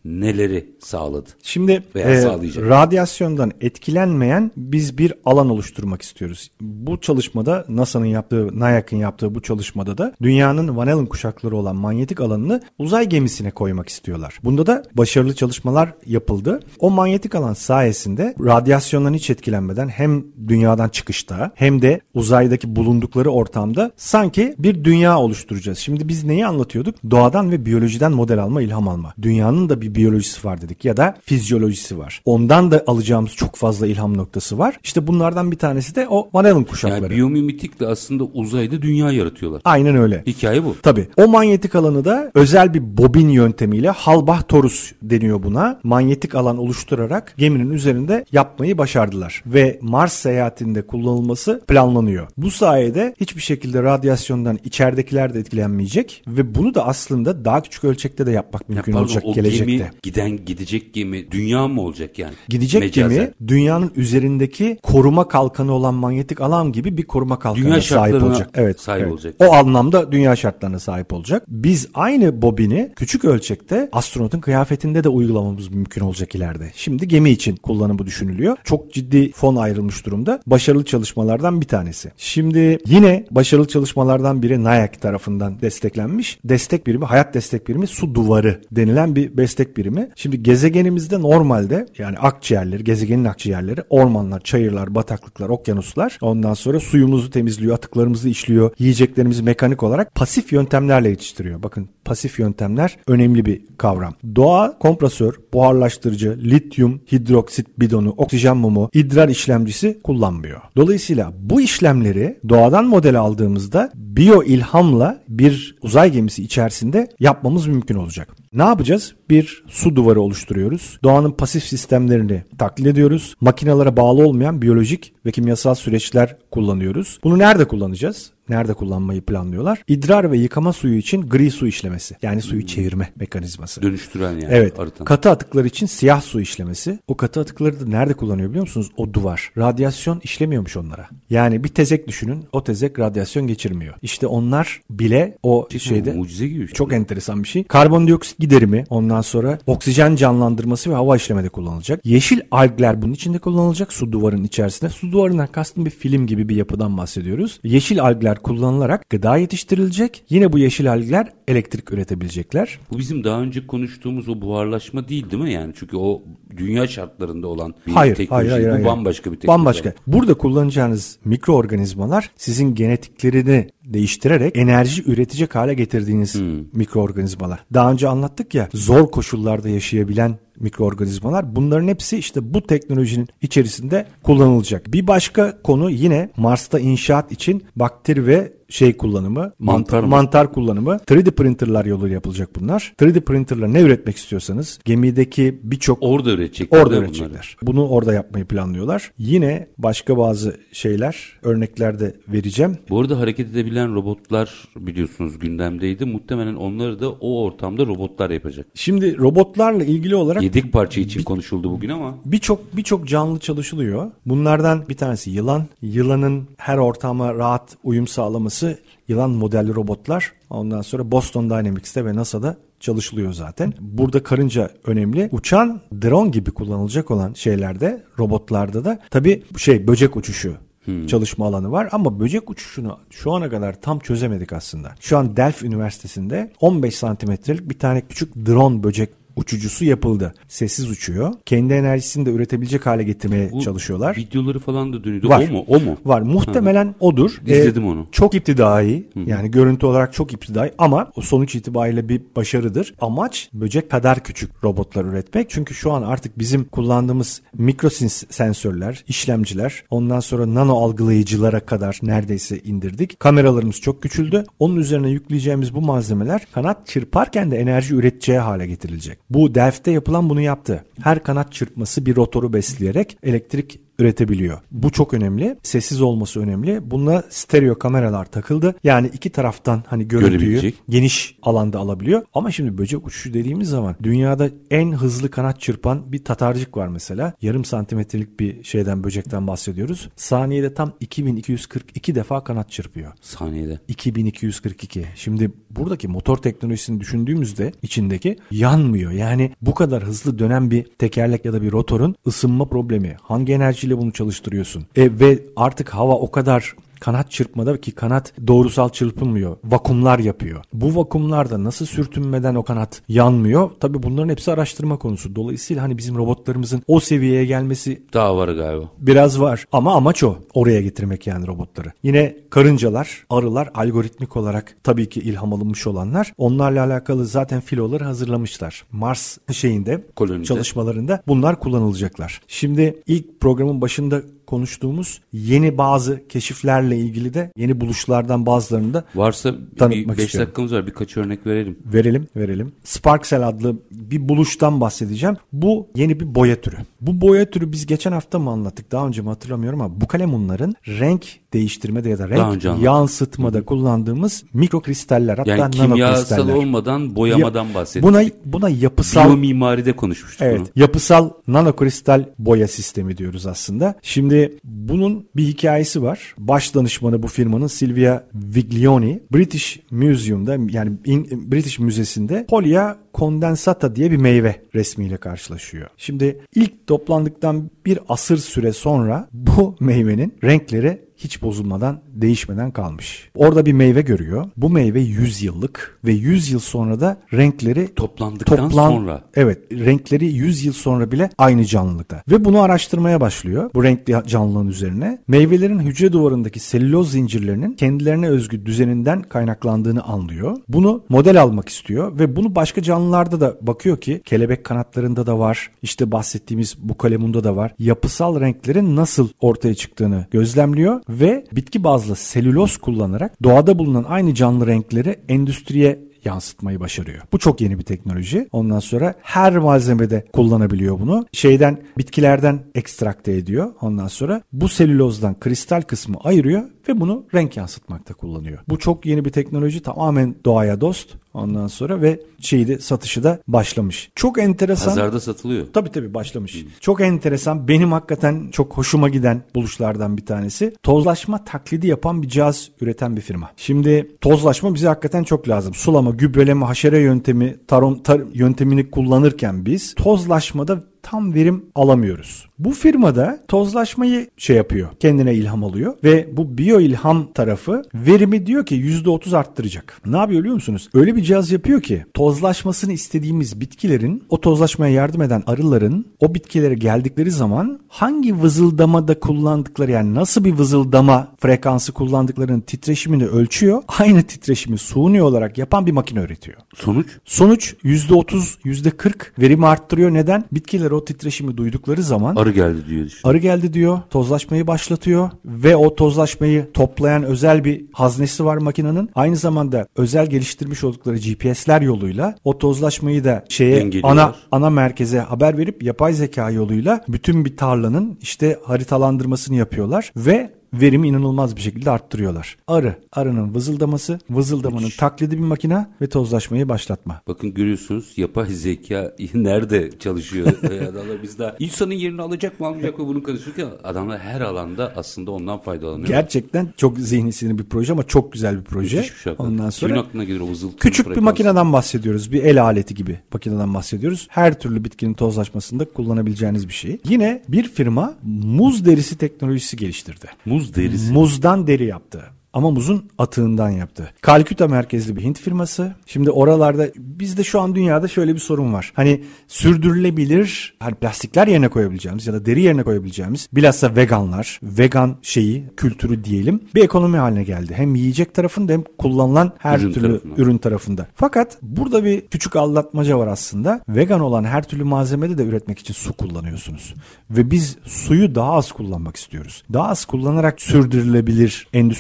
neleri sağladı? Şimdi radyasyondan etkilenmeyen biz bir alan oluşturmak istiyoruz. Bu çalışmada NASA'nın yaptığı, NIAC'ın yaptığı bu çalışmada da dünyanın Van Allen kuşakları olan manyetik alanını uzay gemisine koymak istiyorlar. Bunda da başarılı çalışmalar yapıldı. O manyetik alan sayesinde radyasyondan hiç etkilenmeden hem dünyadan çıkışta hem de uzaydaki bulundukları ortamda sanki bir dünya oluşturacağız. Şimdi biz neyi anlatıyorduk? Doğadan ve biyolojiden model alma, ilham alma. Dünyanın da bir biyolojisi var dedik ya da fizyolojisi var. Ondan da alacağımız çok fazla ilham noktası var. İşte bunlardan bir tanesi de o Van Allen kuşakları. Yani biyomimetikle aslında uzayda dünya yaratıyorlar. Aynen öyle. Hikaye bu. Tabii. O manyetik alanı da özel bir bobin yöntemiyle Hallbach-Torus deniyor buna. Manyetik alan oluşturarak geminin üzerinde yapmayı başardılar. Ve Mars seyahatinde kullanılması planlanıyor. Bu sayede hiçbir şekilde radyasyondan içeridekiler de etkilenmeyecek ve bunu da aslında daha küçük ölçekte de yapmak mümkün olacak gelecekte. Gidecek gemi dünya mı olacak yani? Gidecek mecazen gemi dünyanın üzerindeki koruma kalkanı olan manyetik alan gibi bir koruma kalkanına sahip olacak. Evet. Olacak. O anlamda dünya şartlarına sahip olacak. Biz aynı bobini küçük ölçekte astronotun kıyafetinde de uygulamamız mümkün olacak ileride. Şimdi gemi için kullanımı düşünülüyor. Çok ciddi fon ayrılmış durumda. Başarılı çalışmalardan bir tanesi. Şimdi yine başarılı çalışmalardan biri NIAC tarafından desteklenmiş. Destek birimi, hayat destek birimi su duvarı denilen bir destek birimi. Şimdi gezegenimizde normalde yani akciğerleri, gezegenin akciğerleri, ormanlar, çayırlar, bataklıklar, okyanuslar, ondan sonra suyumuzu temizliyor, atıklarımızı işliyor, yiyeceklerimizi mekanik olarak pasif yöntemlerle yetiştiriyor. Bakın pasif yöntemler önemli bir kavram. Doğa kompresör, buharlaştırıcı, lityum hidroksit bidonu, oksijen mumu, idrar işlemcisi kullanmıyor. Dolayısıyla bu işlemleri doğadan model aldığımızda biyo ilhamla bir uzay gemisi içerisinde yapmamız mümkün olacak. Ne yapacağız? Bir su duvarı oluşturuyoruz. Doğanın pasif sistemlerini taklit ediyoruz. Makinelere bağlı olmayan biyolojik ve kimyasal süreçler kullanıyoruz. Bunu nerede kullanacağız? Nerede kullanmayı planlıyorlar? İdrar ve yıkama suyu için gri su işlemesi. Yani suyu çevirme mekanizması. Dönüştüren yani. Evet. Arıtan. Katı atıklar için siyah su işlemesi. O katı atıkları da nerede kullanıyor biliyor musunuz? O duvar. Radyasyon işlemiyormuş onlara. Yani bir tezek düşünün. O tezek radyasyon geçirmiyor. İşte onlar bile o şeyde mucize gibi. Çok enteresan bir şey. Karbondioksit giderimi, ondan sonra oksijen canlandırması ve hava işlemede kullanılacak. Yeşil algler bunun içinde kullanılacak. Su duvarının içerisinde. Su duvarından kastım bir film gibi bir yapıdan bahsediyoruz. Yeşil algler kullanılarak gıda yetiştirilecek. Yine bu yeşil algler elektrik üretebilecekler. Bu bizim daha önce konuştuğumuz o buharlaşma değil mi yani? Çünkü o dünya şartlarında olan bir teknoloji. Hayır. Bu bambaşka bir teknoloji. Bambaşka. Burada kullanacağınız mikroorganizmalar sizin genetiklerini değiştirerek enerji üretecek hale getirdiğiniz mikroorganizmalar. Daha önce anlattık ya, zor koşullarda yaşayabilen mikroorganizmalar. Bunların hepsi işte bu teknolojinin içerisinde kullanılacak. Bir başka konu yine Mars'ta inşaat için bakteri ve kullanımı, mantar kullanımı. 3D printerlar yoluyla yapılacak bunlar. 3D printerla ne üretmek istiyorsanız gemideki birçok orada üretecekler. Bunu orada yapmayı planlıyorlar. Yine başka bazı örnekler de vereceğim. Bu arada hareket edebilen robotlar biliyorsunuz gündemdeydi. Muhtemelen onları da o ortamda robotlar yapacak. Şimdi robotlarla ilgili olarak yedek parça için konuşuldu bugün ama birçok canlı çalışılıyor. Bunlardan bir tanesi yılan. Yılanın her ortama rahat uyum sağlaması, yılan modelli robotlar. Ondan sonra Boston Dynamics'te ve NASA'da çalışılıyor zaten. Burada karınca önemli. Uçan drone gibi kullanılacak olan şeylerde, robotlarda da tabii böcek uçuşu çalışma alanı var ama böcek uçuşunu şu ana kadar tam çözemedik aslında. Şu an Delft Üniversitesi'nde 15 santimetrelik bir tane küçük drone böcek uçucusu yapıldı. Sessiz uçuyor. Kendi enerjisini de üretebilecek hale getirmeye çalışıyorlar. Videoları falan da dönüyordu. Var. O mu? Var. Muhtemelen odur. İzledim onu. Çok iptidai. Yani görüntü olarak çok iptidai ama o sonuç itibariyle bir başarıdır. Amaç böcek kadar küçük robotlar üretmek. Çünkü şu an artık bizim kullandığımız mikro sensörler, işlemciler, ondan sonra nano algılayıcılara kadar neredeyse indirdik. Kameralarımız çok küçüldü. Onun üzerine yükleyeceğimiz bu malzemeler kanat çırparken de enerji üreteceği hale getirilecek. Bu Delft'te yapılan bunu yaptı. Her kanat çırpması bir rotoru besleyerek elektrik üretebiliyor. Bu çok önemli. Sessiz olması önemli. Buna stereo kameralar takıldı. Yani iki taraftan hani görüntüyü geniş alanda alabiliyor. Ama şimdi böcek uçuşu dediğimiz zaman dünyada en hızlı kanat çırpan bir tatarcık var mesela. Yarım santimetrelik bir böcekten bahsediyoruz. Saniyede tam 2242 defa kanat çırpıyor. Saniyede. 2242. Şimdi buradaki motor teknolojisini düşündüğümüzde içindeki yanmıyor. Yani bu kadar hızlı dönen bir tekerlek ya da bir rotorun ısınma problemi. Hangi enerjiyle bunu çalıştırıyorsun? Ve artık hava o kadar kanat çırpmada ki kanat doğrusal çırpılmıyor. Vakumlar yapıyor. Bu vakumlarda nasıl sürtünmeden o kanat yanmıyor? Tabii bunların hepsi araştırma konusu. Dolayısıyla hani bizim robotlarımızın o seviyeye gelmesi daha var galiba. Biraz var ama amaç o. Oraya getirmek yani robotları. Yine karıncalar, arılar algoritmik olarak tabii ki ilham alınmış olanlar. Onlarla alakalı zaten filoları hazırlamışlar. Mars kolonide çalışmalarında bunlar kullanılacaklar. Şimdi ilk programın başında konuştuğumuz yeni bazı keşiflerle ilgili de yeni buluşlardan bazılarını da varsa tanıtmak 5 dakikamız var. Birkaç örnek verelim. Verelim. Sparksel adlı bir buluştan bahsedeceğim. Bu yeni bir boya türü. Bu boya türü biz geçen hafta mı anlattık? Daha önce mi hatırlamıyorum ama bu kalemunların renk değiştirmede ya da renk yansıtmada kullandığımız mikrokristaller, hatta yani kimyasal olmadan boyamadan bahsediyoruz. Buna yapısal biyomimaride konuşmuştuk bunu. Evet. Yapısal nanokristal boya sistemi diyoruz aslında. Şimdi bunun bir hikayesi var. Baş danışmanı bu firmanın Silvia Viglioni, British Museum'da yani British Müzesi'nde Polya condensata diye bir meyve resmiyle karşılaşıyor. Şimdi ilk toplandıktan bir asır süre sonra bu meyvenin renkleri hiç bozulmadan, değişmeden kalmış. Orada bir meyve görüyor. Bu meyve 100 yıllık ve 100 yıl sonra da renkleri toplandıktan sonra. Evet, renkleri 100 yıl sonra bile aynı canlılıkta. Ve bunu araştırmaya başlıyor. Bu renkli canlılığın üzerine. Meyvelerin hücre duvarındaki selüloz zincirlerinin kendilerine özgü düzeninden kaynaklandığını anlıyor. Bunu model almak istiyor ve bunu başka canlılarda da bakıyor ki kelebek kanatlarında da var. İşte bahsettiğimiz bu kalemunda da var. Yapısal renklerin nasıl ortaya çıktığını gözlemliyor ve bitki bazlı selüloz kullanarak doğada bulunan aynı canlı renkleri endüstriye yansıtmayı başarıyor. Bu çok yeni bir teknoloji. Ondan sonra her malzemede kullanabiliyor bunu. Bitkilerden ekstrakte ediyor. Ondan sonra bu selülozdan kristal kısmı ayırıyor ve bunu renk yansıtmakta kullanıyor. Bu çok yeni bir teknoloji. Tamamen doğaya dost. Ondan sonra ve satışı da başlamış. Çok enteresan. Pazarda satılıyor. Tabii başlamış. Çok enteresan. Benim hakikaten çok hoşuma giden buluşlardan bir tanesi. Tozlaşma taklidi yapan bir cihaz üreten bir firma. Şimdi tozlaşma bize hakikaten çok lazım. Sulama, gübreleme, haşere yöntemi, tarım yöntemini kullanırken biz tozlaşmada tam verim alamıyoruz. Bu firmada tozlaşmayı yapıyor. Kendine ilham alıyor ve bu biyo ilham tarafı verimi diyor ki %30 arttıracak. Ne yapıyor biliyor musunuz? Öyle bir cihaz yapıyor ki tozlaşmasını istediğimiz bitkilerin, o tozlaşmaya yardım eden arıların o bitkilere geldikleri zaman hangi vızıldamada kullandıkları, yani nasıl bir vızıldama frekansı kullandıklarının titreşimini ölçüyor. Aynı titreşimi suni olarak yapan bir makine üretiyor. Sonuç %30, %40 verimi arttırıyor. Neden? Bitkiler o titreşimi duydukları zaman arı geldi diyor. Tozlaşmayı başlatıyor ve o tozlaşmayı toplayan özel bir haznesi var makinenin. Aynı zamanda özel geliştirmiş oldukları GPS'ler yoluyla o tozlaşmayı da ana merkeze haber verip yapay zeka yoluyla bütün bir tarlanın haritalandırmasını yapıyorlar ve verimi inanılmaz bir şekilde arttırıyorlar. Arının vızıldamanın taklidi bir makine ve tozlaşmayı başlatma. Bakın görüyorsunuz, yapay zeka nerede çalışıyor? Adamlar biz daha insanın yerini alacak mı almayacak mı bunu konuşurken adamlar her alanda aslında ondan faydalanıyor. Gerçekten çok zihnisini bir proje ama çok güzel bir proje. Şey. Ondan sonra aklına gelir o vızıltı. Küçük bir makineden bahsediyoruz. Bir el aleti gibi makineden bahsediyoruz. Her türlü bitkinin tozlaşmasında kullanabileceğiniz bir şey. Yine bir firma muz derisi teknolojisi geliştirdi. Muzdan deri yaptı. Ama muzun atığından yaptı. Kalküta merkezli bir Hint firması. Şimdi oralarda bizde şu an dünyada şöyle bir sorun var. Hani sürdürülebilir, plastikler yerine koyabileceğimiz ya da deri yerine koyabileceğimiz, bilhassa vegan kültürü diyelim, bir ekonomi haline geldi. Hem yiyecek tarafında hem kullanılan her türlü ürün tarafında. Fakat burada bir küçük aldatmaca var aslında. Vegan olan her türlü malzemede de üretmek için su kullanıyorsunuz. Ve biz suyu daha az kullanmak istiyoruz. Daha az kullanarak sürdürülebilir endüstri ve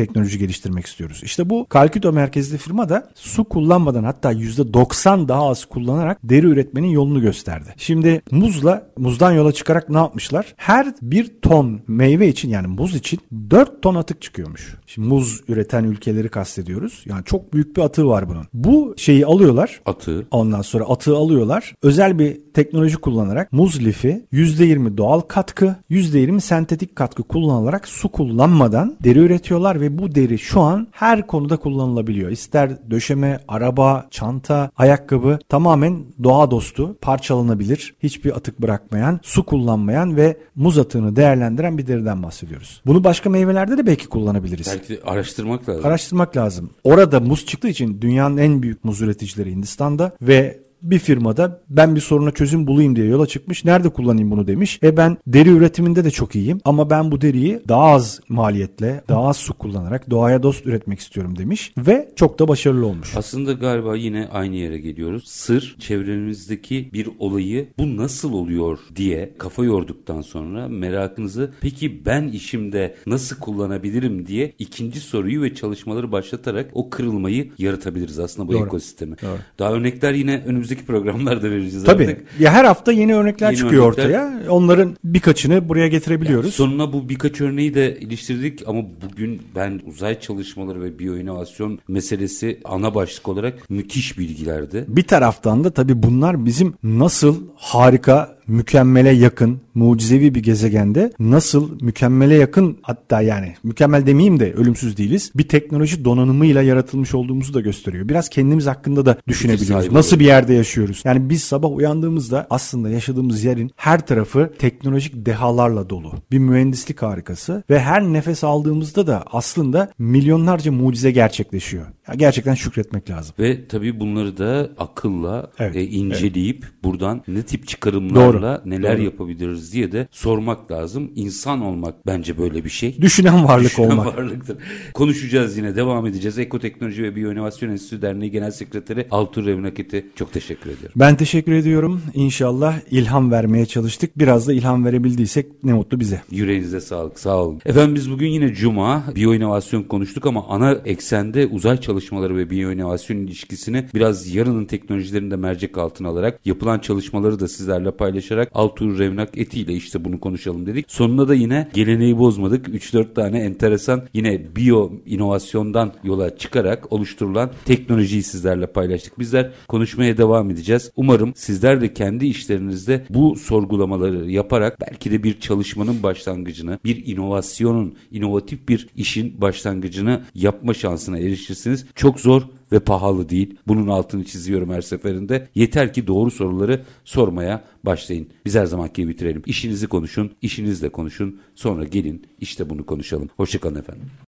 teknoloji geliştirmek istiyoruz. İşte bu Calcutta merkezli firma da su kullanmadan, hatta %90 daha az kullanarak deri üretmenin yolunu gösterdi. Şimdi muzdan yola çıkarak ne yapmışlar? Her bir ton meyve için, yani muz için 4 ton atık çıkıyormuş. Şimdi muz üreten ülkeleri kastediyoruz. Yani çok büyük bir atığı var bunun. Bu şeyi alıyorlar. Ondan sonra atığı alıyorlar. Özel bir teknoloji kullanarak muz lifi %20 doğal katkı, %20 sentetik katkı kullanılarak su kullanmadan deri üretiyorlar ve bu deri şu an her konuda kullanılabiliyor. İster döşeme, araba, çanta, ayakkabı, tamamen doğa dostu, parçalanabilir, hiçbir atık bırakmayan, su kullanmayan ve muz atığını değerlendiren bir deriden bahsediyoruz. Bunu başka meyvelerde de belki kullanabiliriz. Belki araştırmak lazım. Orada muz çıktığı için dünyanın en büyük muz üreticileri Hindistan'da ve bir firmada ben bir soruna çözüm bulayım diye yola çıkmış. Nerede kullanayım bunu demiş. Ben deri üretiminde de çok iyiyim ama ben bu deriyi daha az maliyetle, daha az su kullanarak doğaya dost üretmek istiyorum demiş ve çok da başarılı olmuş. Aslında galiba yine aynı yere geliyoruz. Sır, çevremizdeki bir olayı bu nasıl oluyor diye kafa yorduktan sonra merakınızı, peki ben işimde nasıl kullanabilirim diye ikinci soruyu ve çalışmaları başlatarak o kırılmayı yaratabiliriz aslında bu ekosistemi. Doğru. Daha örnekler yine önümüzdeki programlarda vereceğiz Tabii. artık. Ya her hafta yeni örnekler çıkıyor ortaya. Onların birkaçını buraya getirebiliyoruz. Yani sonuna bu birkaç örneği de iliştirdik ama bugün ben uzay çalışmaları ve biyoinovasyon meselesi ana başlık olarak müthiş bilgilerdi. Bir taraftan da tabii bunlar bizim nasıl harika, mükemmele yakın, mucizevi bir gezegende nasıl mükemmele yakın, hatta yani mükemmel demeyeyim de ölümsüz değiliz, bir teknoloji donanımıyla yaratılmış olduğumuzu da gösteriyor. Biraz kendimiz hakkında da düşünebiliyoruz. Nasıl bir yerde yaşıyoruz? Yani biz sabah uyandığımızda aslında yaşadığımız yerin her tarafı teknolojik dehalarla dolu. Bir mühendislik harikası ve her nefes aldığımızda da aslında milyonlarca mucize gerçekleşiyor. Ya gerçekten şükretmek lazım. Ve tabii bunları da akılla inceleyip buradan ne tip çıkarımlarla neler yapabiliriz diye de sormak lazım. İnsan olmak bence böyle bir şey. Düşünen varlık olmak. Varlıktır. Konuşacağız, yine devam edeceğiz. Ekoteknoloji ve Biyoinovasyon Enstitüsü Derneği Genel Sekreteri Altuğ Revnaket'e çok teşekkür ediyorum. Ben teşekkür ediyorum. İnşallah ilham vermeye çalıştık. Biraz da ilham verebildiysek ne mutlu bize. Yüreğinize sağlık. Sağ olun. Efendim biz bugün yine Cuma biyoinovasyon konuştuk ama ana eksende uzay çalışmaları ve biyoinovasyon ilişkisini biraz yarının teknolojilerini de mercek altına alarak, yapılan çalışmaları da sizlerle paylaşarak Altuğ Revnak ile işte bunu konuşalım dedik. Sonunda da yine geleneği bozmadık. 3-4 tane enteresan yine biyo inovasyondan yola çıkarak oluşturulan teknolojiyi sizlerle paylaştık. Bizler konuşmaya devam edeceğiz. Umarım sizler de kendi işlerinizde bu sorgulamaları yaparak belki de bir çalışmanın başlangıcını, bir inovasyonun, inovatif bir işin başlangıcını yapma şansına erişirsiniz. Çok zor ve pahalı değil. Bunun altını çiziyorum her seferinde. Yeter ki doğru soruları sormaya başlayın. Biz her zamanki gibi bitirelim. İşinizi konuşun, işinizle konuşun. Sonra gelin işte bunu konuşalım. Hoşça kalın efendim.